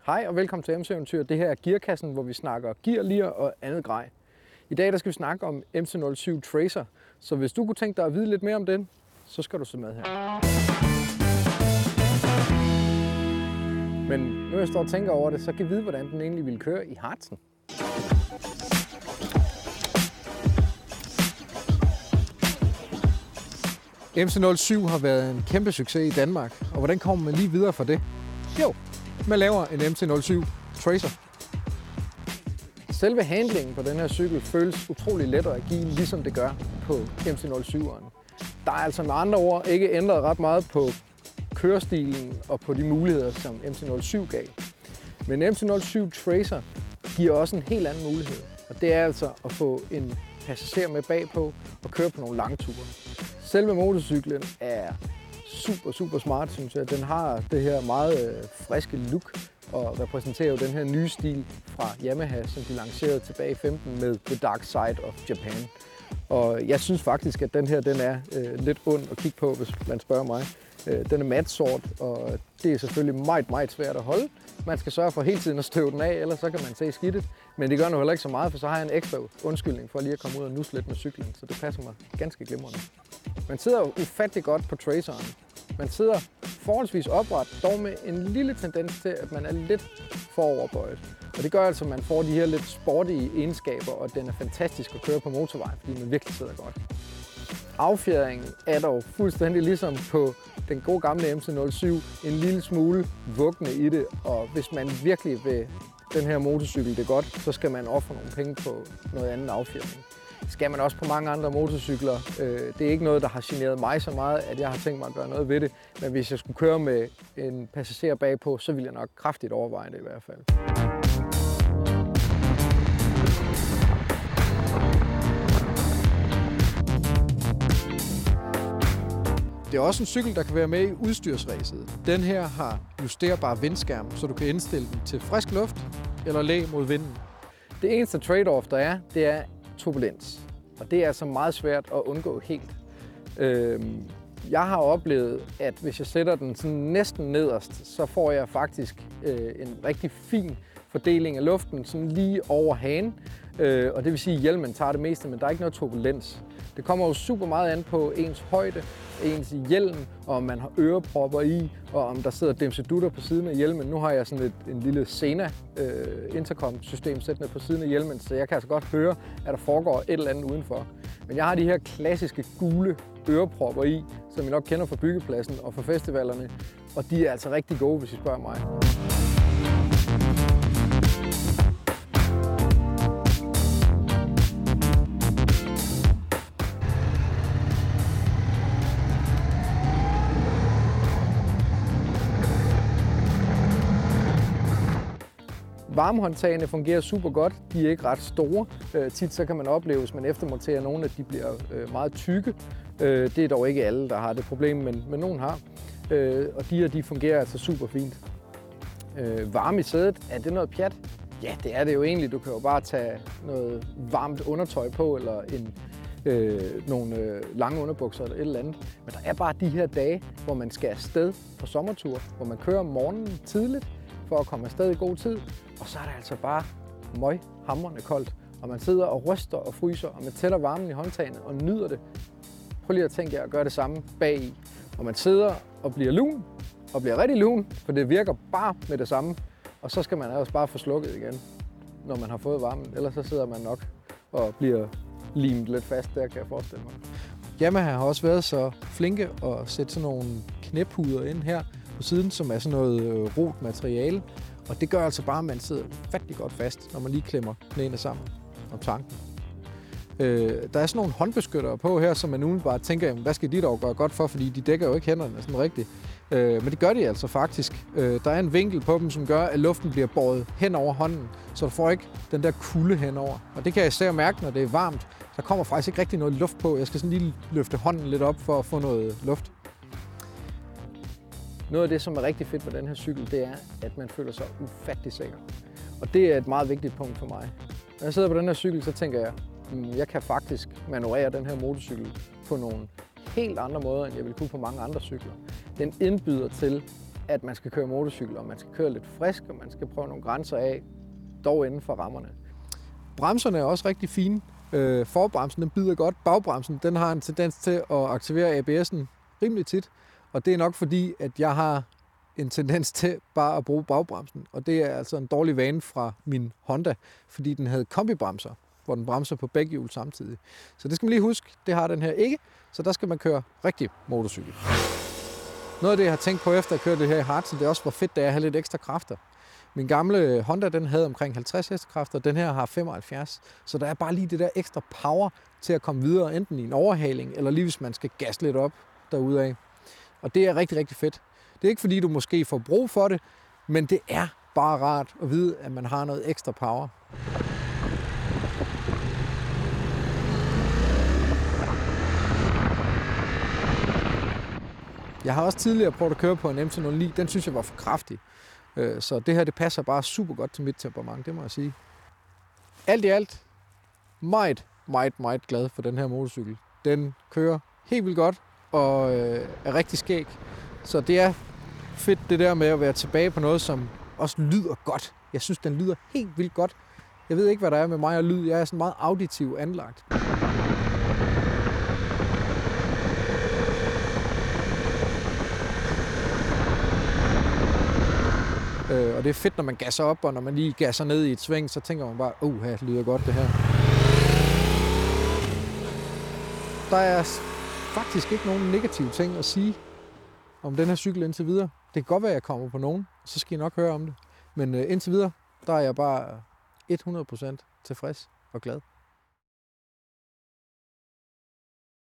Hej og velkommen til MC-eventyr. Det her er gearkassen, hvor vi snakker gear, lir og andet grej. I dag der skal vi snakke om MC07 Tracer, så hvis du kunne tænke dig at vide lidt mere om den, så skal du se med her. Men nu jeg står og tænker over det, så kan jeg vide, hvordan den egentlig ville køre i Harzen. MC07 har været en kæmpe succes i Danmark, og hvordan kommer man lige videre fra det? Jo, man laver en MC07 Tracer. Selve handlingen på den her cykel føles utrolig let og agil, ligesom det gør på MC07'eren. Der er altså med andre ord ikke ændret ret meget på kørestilen og på de muligheder, som MC07 gav. Men MC07 Tracer giver også en helt anden mulighed, og det er altså at få en passager med bagpå og køre på nogle lange ture. Selve motorcyklen er super smart, synes jeg. Den har det her meget friske look og repræsenterer jo den her nye stil fra Yamaha, som de lancerede tilbage i 15 med The Dark Side of Japan. Og jeg synes faktisk, at den her den er lidt ond at kigge på, hvis man spørger mig. Den er mat sort, og det er selvfølgelig meget svært at holde. Man skal sørge for hele tiden at støve den af, ellers så kan man se skidtet. Men det gør nu heller ikke så meget, for så har jeg en ekstra undskyldning for lige at komme ud og nusse lidt med cyklen, så det passer mig ganske glimrende. Man sidder jo ufattelig godt på Traceren. Man sidder forholdsvis opret, dog med en lille tendens til, at man er lidt foroverbøjet. Og det gør altså, at man får de her lidt sportige egenskaber, og den er fantastisk at køre på motorvej, fordi man virkelig sidder godt. Affjedringen er dog fuldstændig ligesom på den gode gamle MC07, en lille smule vuggende i det, og hvis man virkelig vil den her motorcykel det godt, så skal man ofre nogle penge på noget andet affjedring. Det skal man også på mange andre motorcykler. Det er ikke noget, der har generet mig så meget, at jeg har tænkt mig at gøre noget ved det. Men hvis jeg skulle køre med en passager bagpå, så ville jeg nok kraftigt overveje det i hvert fald. Det er også en cykel, der kan være med i udstyrsræset. Den her har justerbar vindskærm, så du kan indstille den til frisk luft eller læ mod vinden. Det eneste trade-off, der er, det er turbulens. Og det er altså meget svært at undgå helt. Jeg har oplevet, at hvis jeg sætter den sådan næsten nederst, så får jeg faktisk en rigtig fin fordeling af luften sådan lige over hagen. Og det vil sige, at hjelmen tager det meste, men der er ikke noget turbulens. Det kommer jo super meget an på ens højde, ens hjelm, og om man har ørepropper i, og om der sidder dimsedutter på siden af hjelmen. Nu har jeg sådan en lille Sena intercom-system sættende på siden af hjelmen, så jeg kan altså godt høre, at der foregår et eller andet udenfor. Men jeg har de her klassiske gule ørepropper i, som I nok kender fra byggepladsen og fra festivalerne, og de er altså rigtig gode, hvis I spørger mig. Varmehåndtagene fungerer super godt. De er ikke ret store. Tit så kan man opleve, hvis man eftermonterer nogle, at de bliver meget tykke. Det er dog ikke alle, der har det problem, men nogen har. Og de fungerer altså super fint. Varme i sædet, er det noget pjat? Ja, det er det jo egentlig. Du kan jo bare tage noget varmt undertøj på, eller nogle lange underbukser eller et eller andet. Men der er bare de her dage, hvor man skal afsted på sommertur, hvor man kører om morgenen tidligt, for at komme afsted i god tid, og så er det altså bare hamrende koldt, og man sidder og ryster og fryser, og man tæller varmen i håndtagene og nyder det. Prøv lige at tænke jer at gøre det samme bagi, og man sidder og bliver lun, og bliver rigtig lun, for det virker bare med det samme, og så skal man altså bare få slukket igen, når man har fået varmen, ellers så sidder man nok og bliver limet lidt fast, der kan jeg forestille mig. Yamaha har også været så flinke at sætte sådan nogle knæphuder ind her på siden, som er sådan noget rot materiale. Og det gør altså bare, at man sidder fattelig godt fast, når man lige klemmer knæene sammen om tanken. Der er sådan nogle håndbeskyttere på her, som man umiddelbart tænker, jamen, hvad skal de dog gøre godt for, fordi de dækker jo ikke hænderne sådan rigtigt. Men det gør de altså faktisk. Der er en vinkel på dem, som gør, at luften bliver båret hen over hånden, så du får ikke den der kulde henover. Og det kan jeg især mærke, når det er varmt. Der kommer faktisk ikke rigtig noget luft på. Jeg skal sådan lige løfte hånden lidt op for at få noget luft. Noget af det, som er rigtig fedt med den her cykel, det er, at man føler sig ufattelig sikker. Og det er et meget vigtigt punkt for mig. Når jeg sidder på den her cykel, så tænker jeg, jeg kan faktisk manøvrere den her motorcykel på nogle helt andre måder, end jeg vil kunne på mange andre cykler. Den indbyder til at man skal køre motorcykel, og man skal køre lidt frisk, og man skal prøve nogle grænser af, dog inden for rammerne. Bremserne er også rigtig fine. Forbremsen den bider godt. Bagbremsen den har en tendens til at aktivere ABS'en rimelig tit, og det er nok fordi, at jeg har en tendens til bare at bruge bagbremsen, og det er altså en dårlig vane fra min Honda, fordi den havde kombibremser, hvor den bremser på begge hjul samtidig. Så det skal man lige huske, det har den her ikke, så der skal man køre rigtig motorcykel. Noget af det, jeg har tænkt på efter at køre det her i Harzen, det er også, hvor fedt det er at have lidt ekstra kræfter. Min gamle Honda, den havde omkring 50 hestekræfter, den her har 75, så der er bare lige det der ekstra power til at komme videre, enten i en overhaling, eller lige hvis man skal gasse lidt op derudaf. Og det er rigtig, rigtig fedt. Det er ikke fordi, du måske får brug for det, men det er bare rart at vide, at man har noget ekstra power. Jeg har også tidligere prøvet at køre på en MC09, den synes jeg var for kraftig. Så det her, det passer bare super godt til mit temperament, det må jeg sige. Alt i alt, meget glad for den her motorcykel. Den kører helt vildt godt og er rigtig skæg. Så det er fedt det der med at være tilbage på noget, som også lyder godt. Jeg synes, den lyder helt vildt godt. Jeg ved ikke, hvad der er med mig og lyd. Jeg er sådan meget auditiv anlagt. Og det er fedt, når man gasser op, og når man lige gasser ned i et sving, så tænker man bare, det lyder godt det her. Der er faktisk ikke nogen negative ting at sige om den her cykel indtil videre. Det kan godt være, at jeg kommer på nogen, så skal I nok høre om det. Men indtil videre, der er jeg bare 100% tilfreds og glad.